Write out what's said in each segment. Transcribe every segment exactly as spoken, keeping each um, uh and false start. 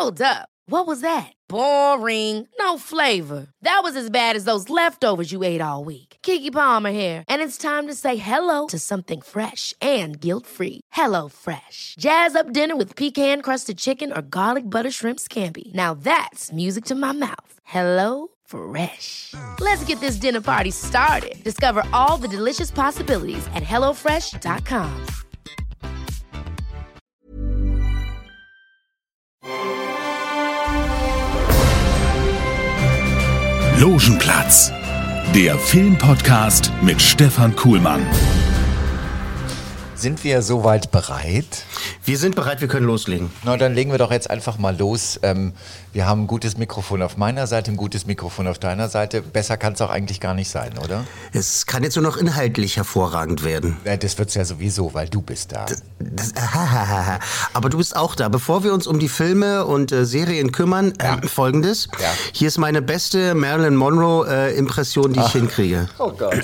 Hold up. What was that? Boring. No flavor. That was as bad as those leftovers you ate all week. Keke Palmer here. And it's time to say hello to something fresh and guilt-free. Hello Fresh. Jazz up dinner with pecan-crusted chicken or garlic butter shrimp scampi. Now that's music to my mouth. Hello Fresh. Let's get this dinner party started. Discover all the delicious possibilities at hello fresh dot com. Logenplatz, der Filmpodcast mit Stefan Kuhlmann. Sind wir soweit bereit? Wir sind bereit, wir können loslegen. Na, dann legen wir doch jetzt einfach mal los. Ähm, wir haben ein gutes Mikrofon auf meiner Seite, ein gutes Mikrofon auf deiner Seite. Besser kann es auch eigentlich gar nicht sein, oder? Es kann jetzt nur noch inhaltlich hervorragend werden. Ja, das wird's ja sowieso, weil du bist da. Das, das, ah, aber du bist auch da. Bevor wir uns um die Filme und äh, Serien kümmern, ja. äh, Folgendes. Ja. Hier ist meine beste Marilyn Monroe-Impression, die Ach. ich hinkriege. Oh Gott.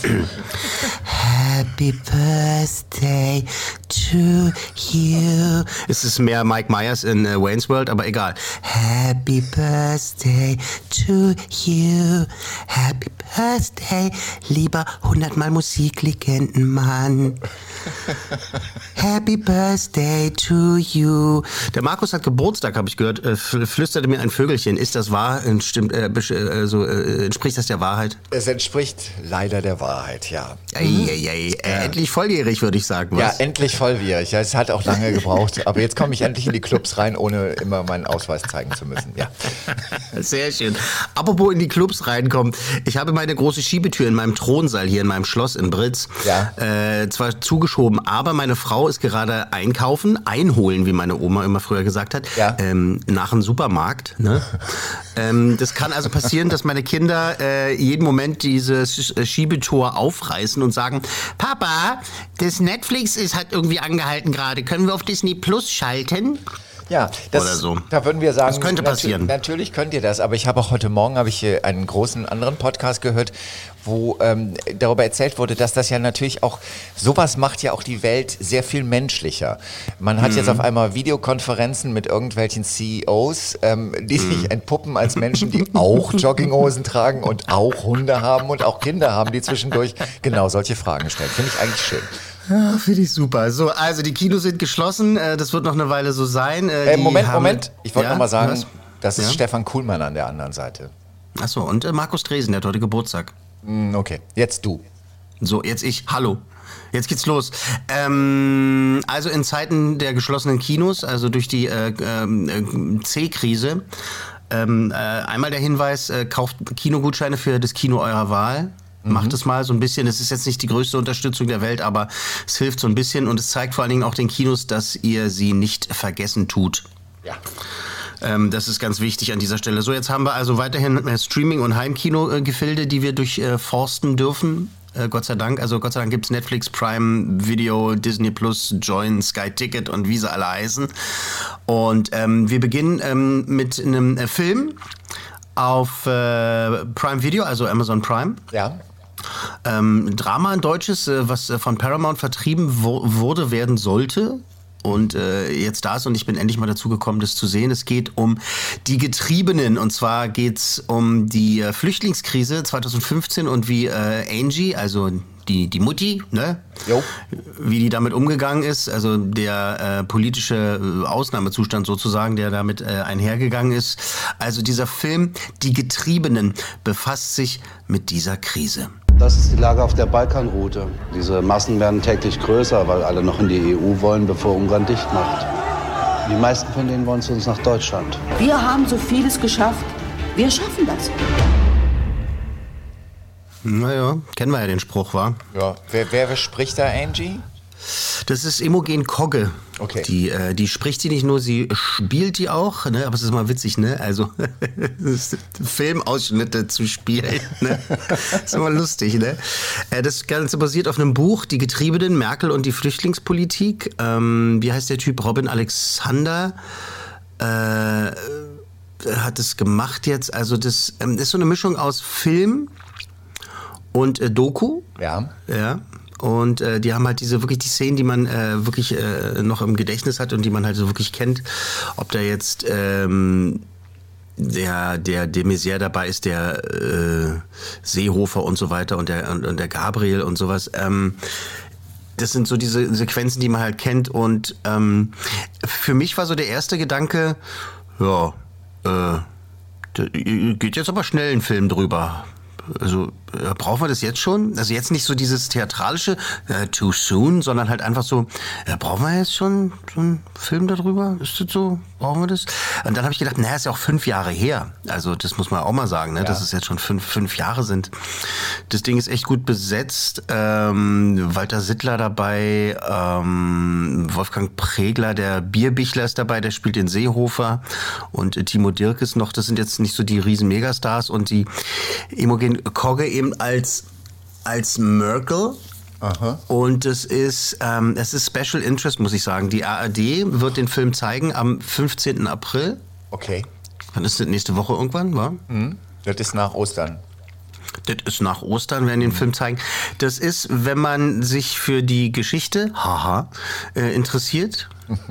Happy Birthday to you. Es ist mehr Mike Myers in uh, Wayne's World, aber egal. Happy Birthday to you. Happy Birthday, lieber hundertmal Musiklegendenmann. Happy Birthday to you. Der Markus hat Geburtstag, habe ich gehört. Äh, flüsterte mir ein Vögelchen. Ist das wahr? Stimmt, äh, äh, so, äh, entspricht das der Wahrheit? Es entspricht leider der Wahrheit, ja. Ei, ei, ei. Äh, endlich volljährig, würde ich sagen. Was? Ja, endlich volljährig. Ja, es hat auch lange gebraucht. Aber jetzt komme ich endlich in die Clubs rein, ohne immer meinen Ausweis zeigen zu müssen. Ja. Sehr schön. Apropos in die Clubs reinkommen. Ich habe meine große Schiebetür in meinem Thronsaal hier in meinem Schloss in Britz ja. äh, zwar zugeschoben, aber meine Frau ist gerade einkaufen, einholen, wie meine Oma immer früher gesagt hat, ja. ähm, nach einem Supermarkt. Ne? ähm, das kann also passieren, dass meine Kinder äh, jeden Moment dieses Schiebetor aufreißen und sagen, Papa, das Netflix ist halt irgendwie angehalten gerade. Können wir auf Disney Plus schalten? Ja, das, oder so. Da würden wir sagen, das könnte passieren. Natürlich, natürlich könnt ihr das, aber ich habe auch heute Morgen habe ich einen großen anderen Podcast gehört, wo ähm, darüber erzählt wurde, dass das ja natürlich auch, sowas macht ja auch die Welt sehr viel menschlicher. Man hat mhm. jetzt auf einmal Videokonferenzen mit irgendwelchen C E Os, ähm, die mhm. sich entpuppen als Menschen, die auch Jogginghosen tragen und auch Hunde haben und auch Kinder haben, die zwischendurch genau solche Fragen stellen. Finde ich eigentlich schön. Ja, finde ich super. So, also die Kinos sind geschlossen, äh, das wird noch eine Weile so sein. Äh, äh, Moment, haben, Moment, ich wollte ja, noch mal sagen, was? das ist ja? Stefan Kuhlmann an der anderen Seite. Achso, und äh, Markus Dresen, der hat heute Geburtstag. Mm, okay, jetzt du. So, jetzt ich. Hallo. Jetzt geht's los. Ähm, also in Zeiten der geschlossenen Kinos, also durch die äh, äh, C-Krise, ähm, äh, einmal der Hinweis, äh, kauft Kinogutscheine für das Kino eurer Wahl. Macht es mal so ein bisschen. Es ist jetzt nicht die größte Unterstützung der Welt, aber es hilft so ein bisschen und es zeigt vor allen Dingen auch den Kinos, dass ihr sie nicht vergessen tut. Ja. Ähm, das ist ganz wichtig an dieser Stelle. So, jetzt haben wir also weiterhin äh, Streaming- und Heimkino-Gefilde, die wir durchforsten äh, dürfen. Äh, Gott sei Dank. Also Gott sei Dank gibt's Netflix, Prime Video, Disney Plus, Join, Sky Ticket und wie sie alle heißen. Und ähm, wir beginnen ähm, mit einem äh, Film auf äh, Prime Video, also Amazon Prime. Ja. Ähm, Drama, ein deutsches, äh, was äh, von Paramount vertrieben wo- wurde, werden sollte und äh, jetzt da ist und ich bin endlich mal dazu gekommen, das zu sehen. Es geht um die Getriebenen und zwar geht's um die äh, Flüchtlingskrise zwanzig fünfzehn und wie äh, Angie, also die, die Mutti, ne? Jo. Wie die damit umgegangen ist, also der äh, politische Ausnahmezustand sozusagen, der damit äh, einhergegangen ist. Also dieser Film, Die Getriebenen, befasst sich mit dieser Krise. Das ist die Lage auf der Balkanroute. Diese Massen werden täglich größer, weil alle noch in die E U wollen, bevor Ungarn dicht macht. Die meisten von denen wollen zu uns nach Deutschland. Wir haben so vieles geschafft. Wir schaffen das. Naja, kennen wir ja den Spruch, wa? Ja. Wer, wer spricht da, Angie? Das ist Imogen Kogge. Okay. Die, äh, die spricht sie nicht nur, sie spielt die auch, ne? Aber es ist immer witzig, ne? Also Filmausschnitte zu spielen, ne? Ist immer lustig, ne? Äh, das Ganze basiert auf einem Buch, Die Getriebenen, Merkel und die Flüchtlingspolitik. Ähm, wie heißt der Typ? Robin Alexander. Äh, hat es gemacht jetzt. Also das ähm, ist so eine Mischung aus Film und äh, Doku. Ja. Ja. Und äh, die haben halt diese wirklich die Szenen, die man äh, wirklich äh, noch im Gedächtnis hat und die man halt so wirklich kennt. Ob da jetzt ähm, der der de Maizière dabei ist, der äh, Seehofer und so weiter und der und, und der Gabriel und sowas. Ähm, das sind so diese Sequenzen, die man halt kennt. Und ähm, für mich war so der erste Gedanke, ja, äh, geht jetzt aber schnell ein Film drüber. Also äh, brauchen wir das jetzt schon? Also jetzt nicht so dieses theatralische äh, too soon, sondern halt einfach so, äh, brauchen wir jetzt schon so einen Film darüber? Ist das so? Brauchen wir das? Und dann habe ich gedacht, naja, ist ja auch fünf Jahre her. Also das muss man auch mal sagen, ne? Ja. Dass es jetzt schon fünf, fünf Jahre sind. Das Ding ist echt gut besetzt. Ähm, Walter Sittler dabei, ähm, Wolfgang Pregler, der Bierbichler ist dabei, der spielt den Seehofer und äh, Timo Dirk ist noch, das sind jetzt nicht so die riesen Megastars und die Imogen Kogge eben als, als Merkel. Aha. Und es ist, ähm, es ist Special Interest, muss ich sagen. Die A R D wird den Film zeigen am fünfzehnten April. Okay. Wann ist das? Nächste Woche irgendwann, wa? Mhm. Das ist nach Ostern. Das ist nach Ostern, werden den mhm. Film zeigen. Das ist, wenn man sich für die Geschichte, haha, äh, interessiert.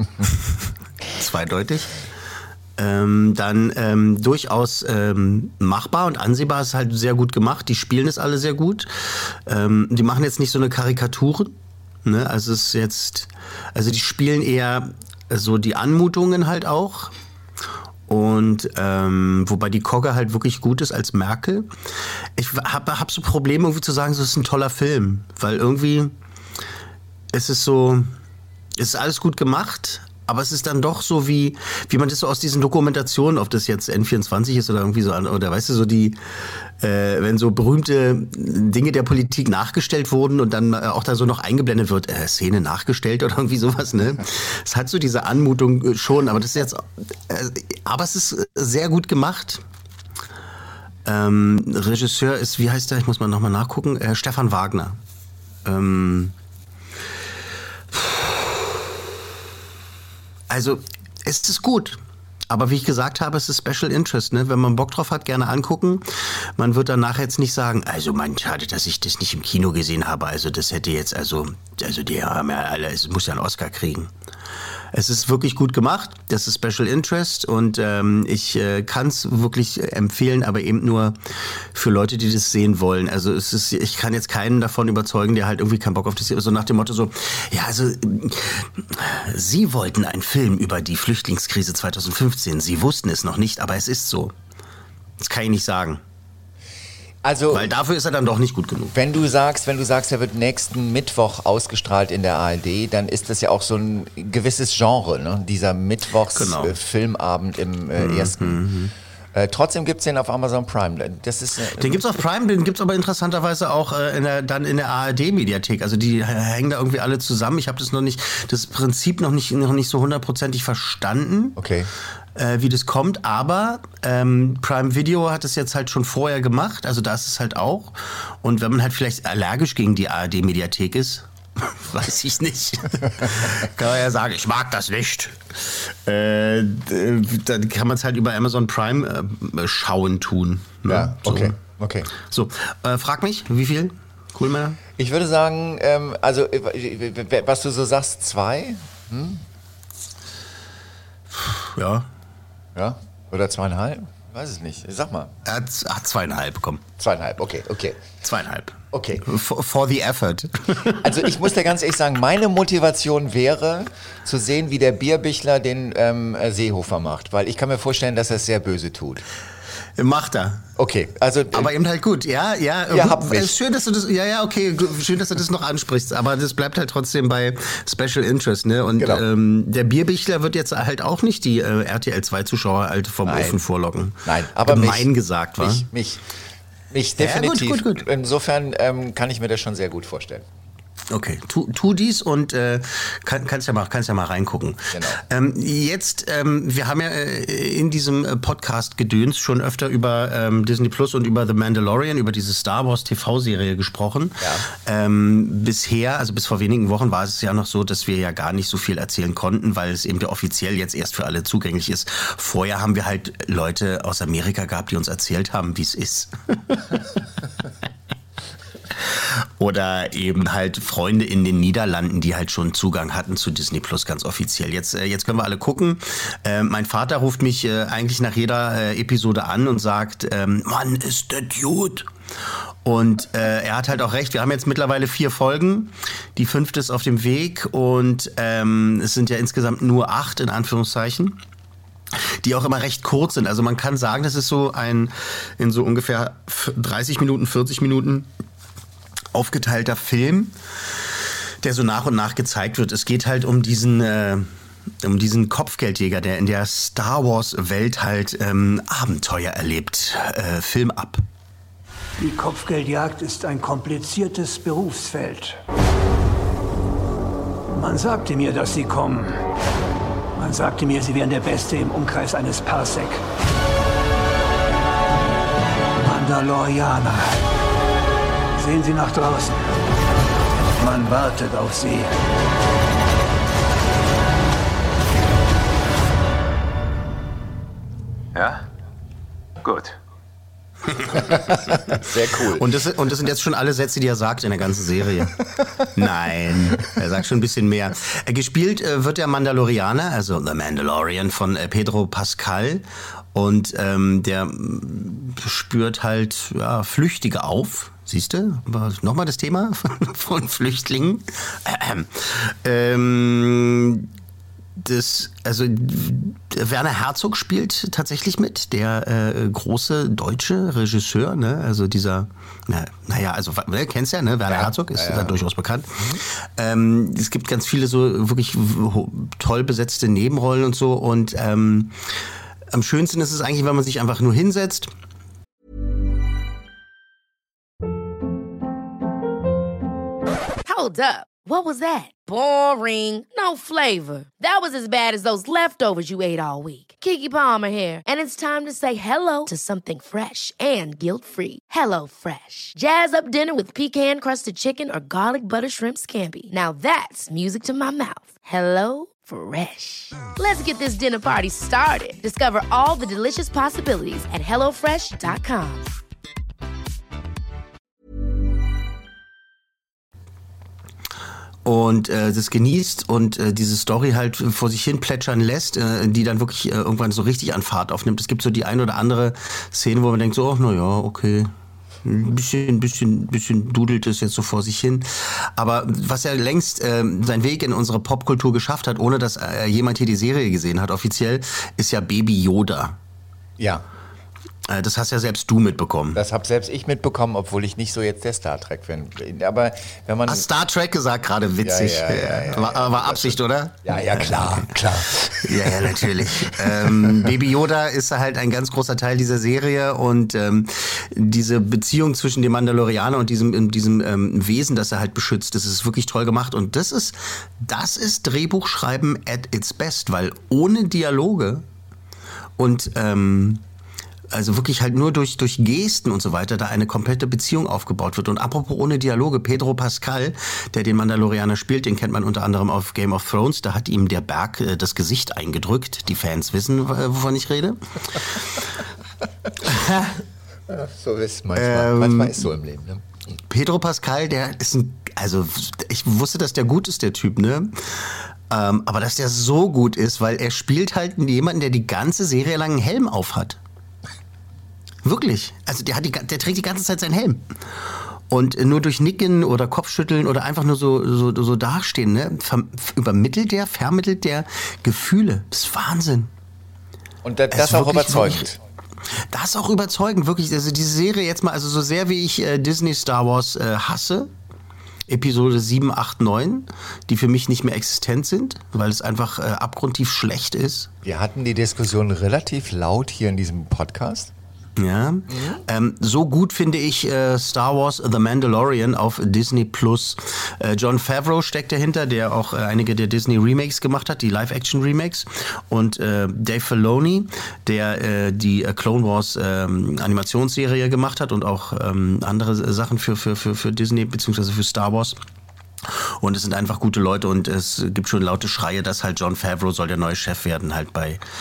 Zweideutig. Ähm, dann ähm, durchaus ähm, machbar und ansehbar, ist halt sehr gut gemacht. Die spielen es alle sehr gut. Ähm, die machen jetzt nicht so eine Karikaturen, ne? Also es ist jetzt, also die spielen eher so die Anmutungen halt auch. Und ähm, wobei die Kogge halt wirklich gut ist als Merkel. Ich habe hab so Probleme irgendwie zu sagen, so ist ein toller Film, weil irgendwie ist es so, es ist alles gut gemacht. Aber es ist dann doch so, wie, wie man das so aus diesen Dokumentationen, ob das jetzt N vierundzwanzig ist oder irgendwie so, oder weißt du, so die, äh, wenn so berühmte Dinge der Politik nachgestellt wurden und dann auch da so noch eingeblendet wird, äh, Szene nachgestellt oder irgendwie sowas, ne? Es hat so diese Anmutung schon, aber das ist jetzt, äh, aber es ist sehr gut gemacht. Ähm, Regisseur ist, wie heißt der? Ich muss mal nochmal nachgucken, äh, Stefan Wagner. Ähm, Also, es ist gut. Aber wie ich gesagt habe, es ist Special Interest, ne? Wenn man Bock drauf hat, gerne angucken. Man wird danach jetzt nicht sagen, also man, schade, dass ich das nicht im Kino gesehen habe. Also das hätte jetzt, also, also die haben ja alle, es muss ja einen Oscar kriegen. Es ist wirklich gut gemacht, das ist Special Interest und ähm, ich äh, kann es wirklich empfehlen, aber eben nur für Leute, die das sehen wollen. Also es ist, ich kann jetzt keinen davon überzeugen, der halt irgendwie keinen Bock auf das sieht. So nach dem Motto so, ja also äh, Sie wollten einen Film über die Flüchtlingskrise zweitausendfünfzehn, Sie wussten es noch nicht, aber es ist so. Das kann ich nicht sagen. Also, weil dafür ist er dann doch nicht gut genug. Wenn du sagst, wenn du sagst, er wird nächsten Mittwoch ausgestrahlt in der A R D, dann ist das ja auch so ein gewisses Genre, ne? Dieser Mittwochs-Filmabend genau. im äh, mhm. ersten. Äh, trotzdem gibt es den auf Amazon Prime. Das ist, äh, den gibt es auf Prime, den gibt es aber interessanterweise auch äh, in der, dann in der A R D-Mediathek. Also die hängen da irgendwie alle zusammen. Ich habe das noch nicht, das Prinzip noch nicht, noch nicht so hundertprozentig verstanden. Okay. Äh, wie das kommt, aber ähm, Prime Video hat es jetzt halt schon vorher gemacht, also da ist es halt auch. Und wenn man halt vielleicht allergisch gegen die A R D-Mediathek ist, weiß ich nicht, kann man ja sagen, ich mag das nicht. Äh, dann kann man es halt über Amazon Prime äh, schauen tun. Ne? Ja, okay, so. okay. So, äh, frag mich, wie viel? Cool, Männer? Ich würde sagen, ähm, also äh, was du so sagst, zwei? Hm? Ja. Ja? Oder zweieinhalb? Weiß es nicht. Sag mal. Äh, zweieinhalb, komm. Zweieinhalb, okay, okay. Zweieinhalb. Okay. For, for the effort. Also ich muss dir ganz ehrlich sagen, meine Motivation wäre, zu sehen, wie der Bierbichler den ähm, Seehofer macht. Weil ich kann mir vorstellen, dass er es sehr böse tut. Macht er. Okay, also aber eben halt gut, ja, ja. Ihr habt mich. Schön, dass du das, ja, ja, okay, schön, dass du das noch ansprichst. Aber das bleibt halt trotzdem bei Special Interest, ne? Und genau. ähm, der Bierbichler wird jetzt halt auch nicht die äh, R T L zwei Zuschauer halt vom Nein. Ofen vorlocken. Nein, aber gemein mich, gesagt, wa? Mich, mich, mich definitiv. Ja, gut, gut, gut. Insofern ähm, kann ich mir das schon sehr gut vorstellen. Okay, tu, tu dies und äh, kann, kannst, ja mal, kannst ja mal reingucken. Genau. Ähm, jetzt, ähm, wir haben ja äh, in diesem Podcast Gedöns schon öfter über ähm, Disney Plus und über The Mandalorian, über diese Star Wars T V-Serie gesprochen. Ja. Ähm, bisher, also bis vor wenigen Wochen war es ja noch so, dass wir ja gar nicht so viel erzählen konnten, weil es eben offiziell jetzt erst für alle zugänglich ist. Vorher haben wir halt Leute aus Amerika gehabt, die uns erzählt haben, wie es ist. Oder eben halt Freunde in den Niederlanden, die halt schon Zugang hatten zu Disney Plus ganz offiziell. Jetzt, äh, jetzt können wir alle gucken. Äh, mein Vater ruft mich äh, eigentlich nach jeder äh, Episode an und sagt, ähm, Mann, ist das gut. Und äh, er hat halt auch recht, wir haben jetzt mittlerweile vier Folgen, die fünfte ist auf dem Weg und ähm, es sind ja insgesamt nur acht in Anführungszeichen, die auch immer recht kurz sind. Also man kann sagen, das ist so ein in so ungefähr dreißig Minuten, vierzig Minuten aufgeteilter Film, der so nach und nach gezeigt wird. Es geht halt um diesen... Äh, um diesen Kopfgeldjäger, der in der Star Wars Welt halt ähm, Abenteuer erlebt. Äh, Film ab. Die Kopfgeldjagd ist ein kompliziertes Berufsfeld. Man sagte mir, dass Sie kommen. Man sagte mir, Sie wären der Beste im Umkreis eines Parsec. Mandalorianer. Sehen Sie nach draußen. Man wartet auf Sie. Ja? Gut. Sehr cool. Und das, und das sind jetzt schon alle Sätze, die er sagt in der ganzen Serie. Nein, er sagt schon ein bisschen mehr. Gespielt äh, wird der Mandalorianer, also The Mandalorian von äh, Pedro Pascal. Und ähm, der spürt halt ja, Flüchtige auf. Siehst du? Nochmal das Thema von Flüchtlingen. Ähm... Das, also Werner Herzog spielt tatsächlich mit, der äh, große deutsche Regisseur, ne? Also dieser, na, naja, also ne, kennst du ja, ne? Werner ja, Herzog ist ja, ja. durchaus bekannt. Mhm. Ähm, es gibt ganz viele so wirklich toll besetzte Nebenrollen und so und ähm, am schönsten ist es eigentlich, wenn man sich einfach nur hinsetzt. Hold up. What was that? Boring. No flavor. That was as bad as those leftovers you ate all week. Keke Palmer here, and it's time to say hello to something fresh and guilt-free. Hello Fresh. Jazz up dinner with pecan-crusted chicken or garlic butter shrimp scampi. Now that's music to my mouth. Hello Fresh. Let's get this dinner party started. Discover all the delicious possibilities at hello fresh dot com. Und äh, das genießt und äh, diese Story halt vor sich hin plätschern lässt, äh, die dann wirklich äh, irgendwann so richtig an Fahrt aufnimmt. Es gibt so die ein oder andere Szene, wo man denkt so, ach, na ja, okay, ein bisschen, bisschen, bisschen dudelt es jetzt so vor sich hin. Aber was er längst äh, seinen Weg in unsere Popkultur geschafft hat, ohne dass äh, jemand hier die Serie gesehen hat, offiziell, ist ja Baby Yoda. Ja. Das hast ja selbst du mitbekommen. Das habe selbst ich mitbekommen, obwohl ich nicht so jetzt der Star Trek bin. Aber wenn man... Hast Star Trek gesagt, gerade witzig. Ja, ja, ja, ja, war, war Absicht, oder? Ja, ja, klar, klar. Ja, ja, natürlich. ähm, Baby Yoda ist halt ein ganz großer Teil dieser Serie und ähm, diese Beziehung zwischen dem Mandalorianer und diesem, diesem ähm, Wesen, das er halt beschützt, das ist wirklich toll gemacht und das ist, das ist Drehbuchschreiben at its best, weil ohne Dialoge und ähm, also wirklich halt nur durch, durch Gesten und so weiter da eine komplette Beziehung aufgebaut wird. Und apropos ohne Dialoge, Pedro Pascal, der den Mandalorianer spielt, den kennt man unter anderem auf Game of Thrones, da hat ihm der Berg äh, das Gesicht eingedrückt. Die Fans wissen, äh, wovon ich rede. Ja, so ist manchmal. Ähm, manchmal ist so im Leben, ne? Pedro Pascal, der ist ein, also ich wusste, dass der gut ist, der Typ, ne? Ähm, aber dass der so gut ist, weil er spielt halt jemanden, der die ganze Serie lang einen Helm auf hat. Wirklich. Also der, hat die, der trägt die ganze Zeit seinen Helm. Und nur durch Nicken oder Kopfschütteln oder einfach nur so, so, so dastehen, ne, ver, übermittelt der, vermittelt der Gefühle. Das ist Wahnsinn. Und das, das ist auch überzeugend. Wirklich, das ist auch überzeugend, wirklich. Also diese Serie jetzt mal, also so sehr wie ich äh, Disney Star Wars äh, hasse, Episode sieben, acht, neun, die für mich nicht mehr existent sind, weil es einfach äh, abgrundtief schlecht ist. Wir hatten die Diskussion relativ laut hier in diesem Podcast. Ja, mhm. ähm, so gut finde ich äh, Star Wars The Mandalorian auf Disney Plus. Äh, Jon Favreau steckt dahinter, der auch äh, einige der Disney Remakes gemacht hat, die Live-Action-Remakes. Und äh, Dave Filoni, der äh, die äh, Clone Wars äh, Animationsserie gemacht hat und auch ähm, andere Sachen für, für, für, für Disney bzw. für Star Wars. Und es sind einfach gute Leute und es gibt schon laute Schreie, dass halt Jon Favreau soll der neue Chef werden halt bei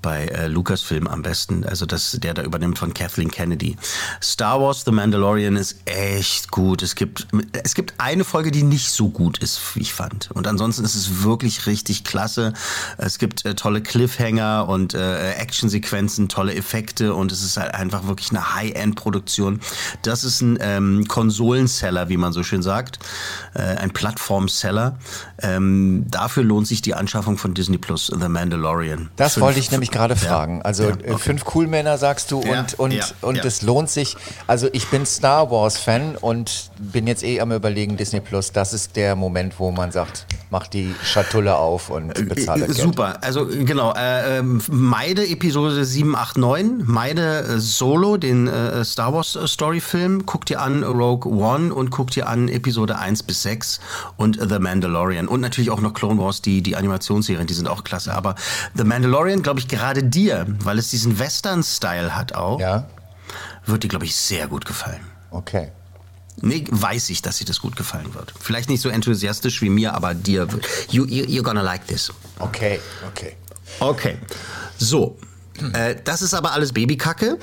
bei äh, Lucasfilm am besten. Also das, der da übernimmt von Kathleen Kennedy. Star Wars The Mandalorian ist echt gut. Es gibt, es gibt eine Folge, die nicht so gut ist, wie ich fand. Und ansonsten ist es wirklich richtig klasse. Es gibt äh, tolle Cliffhanger und äh, Actionsequenzen, tolle Effekte und es ist halt einfach wirklich eine High-End-Produktion. Das ist ein ähm, Konsolenseller, wie man so schön sagt. Äh, ein Plattform-Seller. Ähm, dafür lohnt sich die Anschaffung von Disney Plus, The Mandalorian. Das fünf, wollte ich nämlich gerade fragen. Also ja, okay. fünf Coolmänner sagst du und, Ja, und, ja, und ja. es lohnt sich. Also ich bin Star Wars-Fan und bin jetzt eh am Überlegen, Disney Plus, das ist der Moment, wo man sagt, mach die Schatulle auf und bezahle Geld. Super, also genau, äh, meide Episode sieben, acht, neun, meide äh, Solo, den äh, Star Wars äh, Story-Film, guck dir an Rogue One und guck dir an Episode eins bis sechs und The Mandalorian und natürlich auch noch Clone Wars, die, die Animationsserien, die sind auch klasse, aber The Mandalorian, glaube ich, gerade dir, weil es diesen Western-Style hat auch, Ja? wird dir, glaube ich, sehr gut gefallen. Okay. Nee, weiß ich, dass dir das gut gefallen wird. Vielleicht nicht so enthusiastisch wie mir, aber dir wird. You, you, you're gonna like this. Okay, okay. Okay. So. Äh, das ist aber alles Babykacke.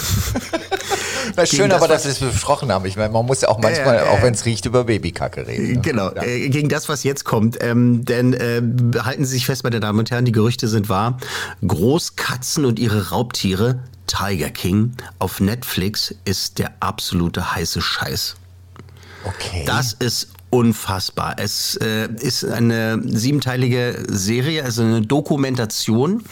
Na, schön, das, aber was- dass wir es besprochen haben. Ich meine, man muss ja auch manchmal, Ja, ja, ja. auch wenn es riecht, über Babykacke reden. Ne? Genau, Ja. äh, gegen das, was jetzt kommt. Ähm, denn äh, halten Sie sich fest, meine Damen und Herren, die Gerüchte sind wahr. Großkatzen und ihre Raubtiere, Tiger King, auf Netflix ist der absolute heiße Scheiß. Okay. Das ist unfassbar. Es äh, ist eine siebenteilige Serie, also eine Dokumentation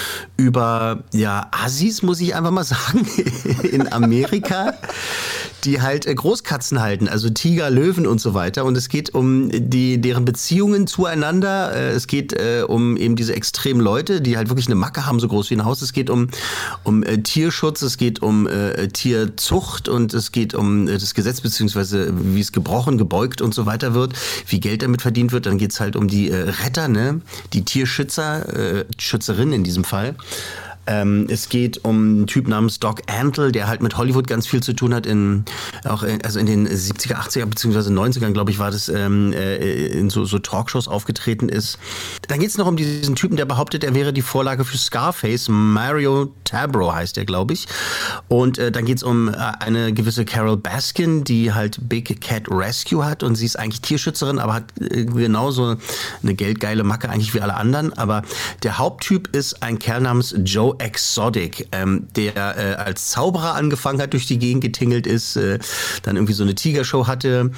über ja Assis, muss ich einfach mal sagen, in Amerika, die halt äh, Großkatzen halten, also Tiger, Löwen und so weiter. Und es geht um die deren Beziehungen zueinander. Äh, es geht äh, um eben diese extremen Leute, die halt wirklich eine Macke haben, so groß wie ein Haus. Es geht um um äh, Tierschutz, es geht um äh, Tierzucht und es geht um äh, das Gesetz beziehungsweise wie es gebrochen, gebeugt und so weiter wird, wie Geld damit verdient wird. Dann geht's halt um die äh, Retter, ne, die Tierschützer, äh, Schützerinnen in diesem Fall. Ähm, es geht um einen Typ namens Doc Antle, der halt mit Hollywood ganz viel zu tun hat, in, auch in, also in den siebziger, achtziger beziehungsweise neunzigern, glaube ich, war das, ähm, äh, in so, so Talkshows aufgetreten ist. Dann geht es noch um diesen Typen, der behauptet, er wäre die Vorlage für Scarface. Mario Tabro heißt er, glaube ich. Und äh, dann geht es um äh, eine gewisse Carol Baskin, die halt Big Cat Rescue hat und sie ist eigentlich Tierschützerin, aber hat äh, genauso eine geldgeile Macke eigentlich wie alle anderen. Aber der Haupttyp ist ein Kerl namens Joe Exotic, ähm, der äh, als Zauberer angefangen hat, durch die Gegend getingelt ist, äh, dann irgendwie so eine Tigershow hatte.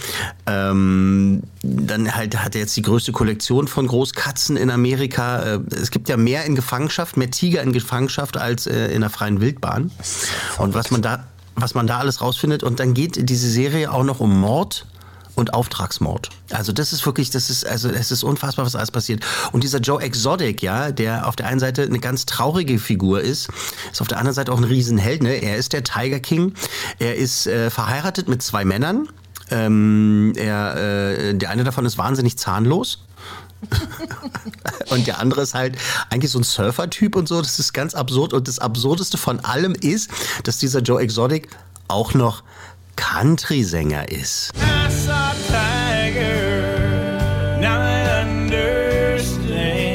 Ähm, dann halt hat er jetzt die größte Kollektion von Großkatzen in Amerika. Äh, es gibt ja mehr in Gefangenschaft, mehr Tiger in Gefangenschaft als äh, in der freien Wildbahn. Und was man da, was man da alles rausfindet. Und dann geht diese Serie auch noch um Mord und Auftragsmord. Also das ist wirklich, das ist, also es ist unfassbar, was alles passiert. Und dieser Joe Exotic, ja, der auf der einen Seite eine ganz traurige Figur ist, ist auf der anderen Seite auch ein Riesenheld, ne? Er ist der Tiger King. Er ist äh, verheiratet mit zwei Männern. Ähm, er, äh, der eine davon ist wahnsinnig zahnlos. Und der andere ist halt eigentlich so ein Surfer-Typ und so. Das ist ganz absurd. Und das Absurdeste von allem ist, dass dieser Joe Exotic auch noch Country-Sänger ist. I saw Tiger, now I understand.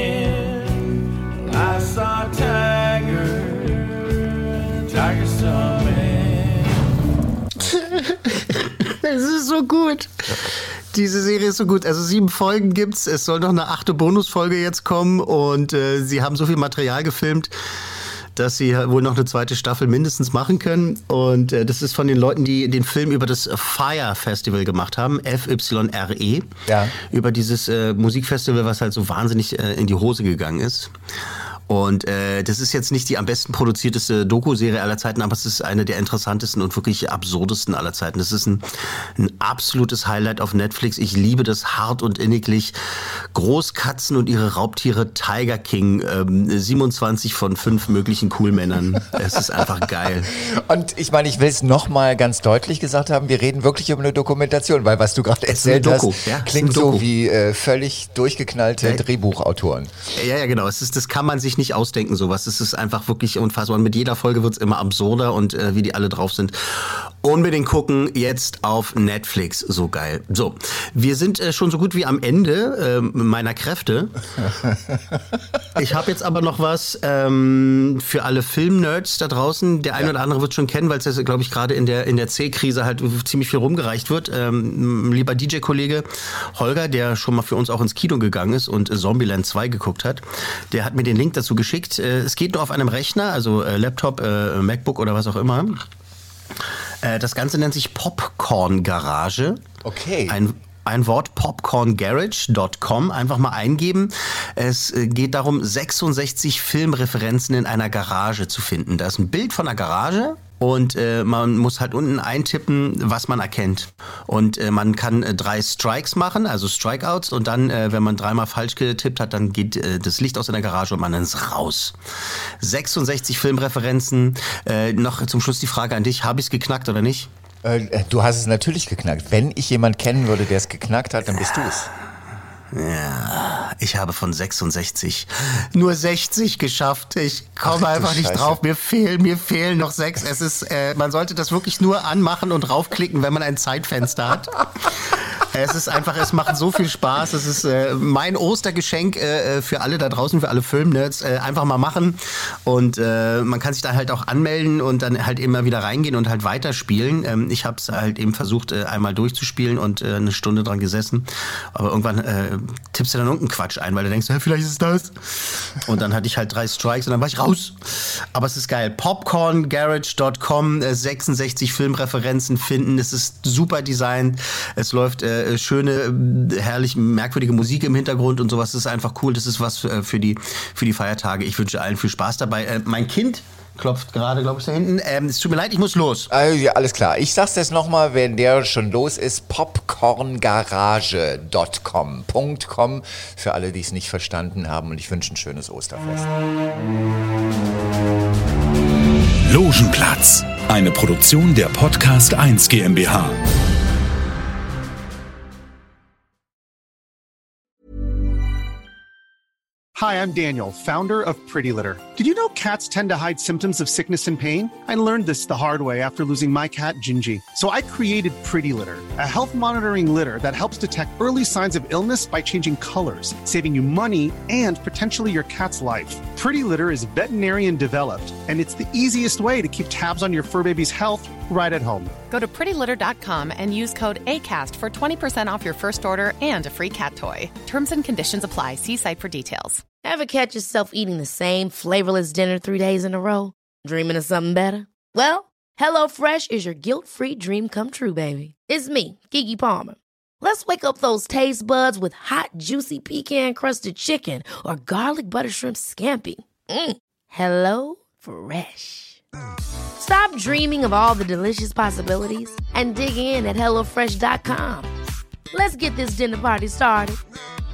I saw Tiger, Tiger saw man. Es ist so gut. Diese Serie ist so gut. Also sieben Folgen gibt's. Es soll noch eine achte Bonusfolge jetzt kommen und äh, sie haben so viel Material gefilmt, dass sie wohl noch eine zweite Staffel mindestens machen können. Und äh, das ist von den Leuten, die den Film über das Fire Festival gemacht haben, F Y R E. Ja. Über dieses äh, Musikfestival, was halt so wahnsinnig äh, in die Hose gegangen ist. Und äh, das ist jetzt nicht die am besten produzierteste Doku-Serie aller Zeiten, aber es ist eine der interessantesten und wirklich absurdesten aller Zeiten. Das ist ein, ein absolutes Highlight auf Netflix. Ich liebe das hart und inniglich. Großkatzen und ihre Raubtiere, Tiger King, ähm, siebenundzwanzig von fünf möglichen Coolmännern. Es ist einfach geil. Und ich meine, ich will es nochmal ganz deutlich gesagt haben, wir reden wirklich über eine Dokumentation, weil was du gerade erzählt eine Doku, hast, ja, es ist klingt eine Doku. so wie äh, völlig durchgeknallte Ja. Drehbuchautoren. Ja, ja, genau. Es ist, das kann man sich nicht ausdenken, sowas. Es ist einfach wirklich unfassbar. Und mit jeder Folge wird es immer absurder und äh, wie die alle drauf sind. Unbedingt gucken, jetzt auf Netflix, so geil. So, wir sind äh, schon so gut wie am Ende äh, meiner Kräfte. Ich habe jetzt aber noch was ähm, für alle Filmnerds da draußen. Der eine ja. oder andere wird schon kennen, weil es jetzt, glaube ich, gerade in der, in der C-Krise halt ziemlich viel rumgereicht wird. Ähm, lieber D J-Kollege Holger, der schon mal für uns auch ins Kino gegangen ist und äh, Zombieland zwei geguckt hat, der hat mir den Link dazu geschickt. Äh, es geht nur auf einem Rechner, also äh, Laptop, äh, MacBook oder was auch immer. Äh, das Ganze nennt sich Popcorn Garage. Okay. Ein Ein Wort, popcorn garage dot com, einfach mal eingeben. Es geht darum, sechsundsechzig Filmreferenzen in einer Garage zu finden. Da ist ein Bild von einer Garage und äh, man muss halt unten eintippen, was man erkennt. Und äh, man kann äh, drei Strikes machen, also Strikeouts, und dann, äh, wenn man dreimal falsch getippt hat, dann geht äh, das Licht aus in der Garage und man ist raus. sechsundsechzig Filmreferenzen. Äh, noch zum Schluss die Frage an dich, habe ich es geknackt oder nicht? Du hast es natürlich geknackt. Wenn ich jemanden kennen würde, der es geknackt hat, dann bist du es. Ja, ich habe von sechsundsechzig nur sechzig geschafft. Ich komme einfach nicht Scheiße. drauf. Mir fehlen, mir fehlen noch sechs. Es ist, äh, man sollte das wirklich nur anmachen und raufklicken, wenn man ein Zeitfenster hat. Es ist einfach, es macht so viel Spaß. Es ist äh, mein Ostergeschenk äh, für alle da draußen, für alle Filmnerds. Äh, einfach mal machen. Und äh, man kann sich da halt auch anmelden und dann halt immer wieder reingehen und halt weiterspielen. Ähm, ich habe es halt eben versucht, äh, einmal durchzuspielen und äh, eine Stunde dran gesessen. Aber irgendwann äh, tippst du dann irgendeinen Quatsch ein, weil du denkst, hey, vielleicht ist es das. Und dann hatte ich halt drei Strikes und dann war ich raus. Aber es ist geil. popcorn garage dot com, äh, sechsundsechzig Filmreferenzen finden. Es ist super designt. Es läuft äh, schöne, herrlich, merkwürdige Musik im Hintergrund und sowas. Das ist einfach cool. Das ist was für die, für die Feiertage. Ich wünsche allen viel Spaß dabei. Äh, mein Kind klopft gerade, glaube ich, da hinten. Ähm, es tut mir leid, ich muss los. Also, ja, alles klar. Ich sag's jetzt nochmal, wenn der schon los ist, popcorn garage dot com. .com für alle, die es nicht verstanden haben. Und ich wünsche ein schönes Osterfest. Logenplatz, eine Produktion der Podcast eins GmbH. Hi, I'm Daniel, founder of Pretty Litter. Did you know cats tend to hide symptoms of sickness and pain? I learned this the hard way after losing my cat, Gingy. So I created Pretty Litter, a health monitoring litter that helps detect early signs of illness by changing colors, saving you money and potentially your cat's life. Pretty Litter is veterinarian developed, and it's the easiest way to keep tabs on your fur baby's health right at home. Go to pretty litter dot com and use code ACAST for twenty percent off your first order and a free cat toy. Terms and conditions apply. See site for details. Ever catch yourself eating the same flavorless dinner three days in a row? Dreaming of something better? Well, HelloFresh is your guilt-free dream come true, baby. It's me, Keke Palmer. Let's wake up those taste buds with hot, juicy pecan-crusted chicken or garlic butter shrimp scampi. Mm. Hello Fresh. Stop dreaming of all the delicious possibilities and dig in at hello fresh dot com. Let's get this dinner party started.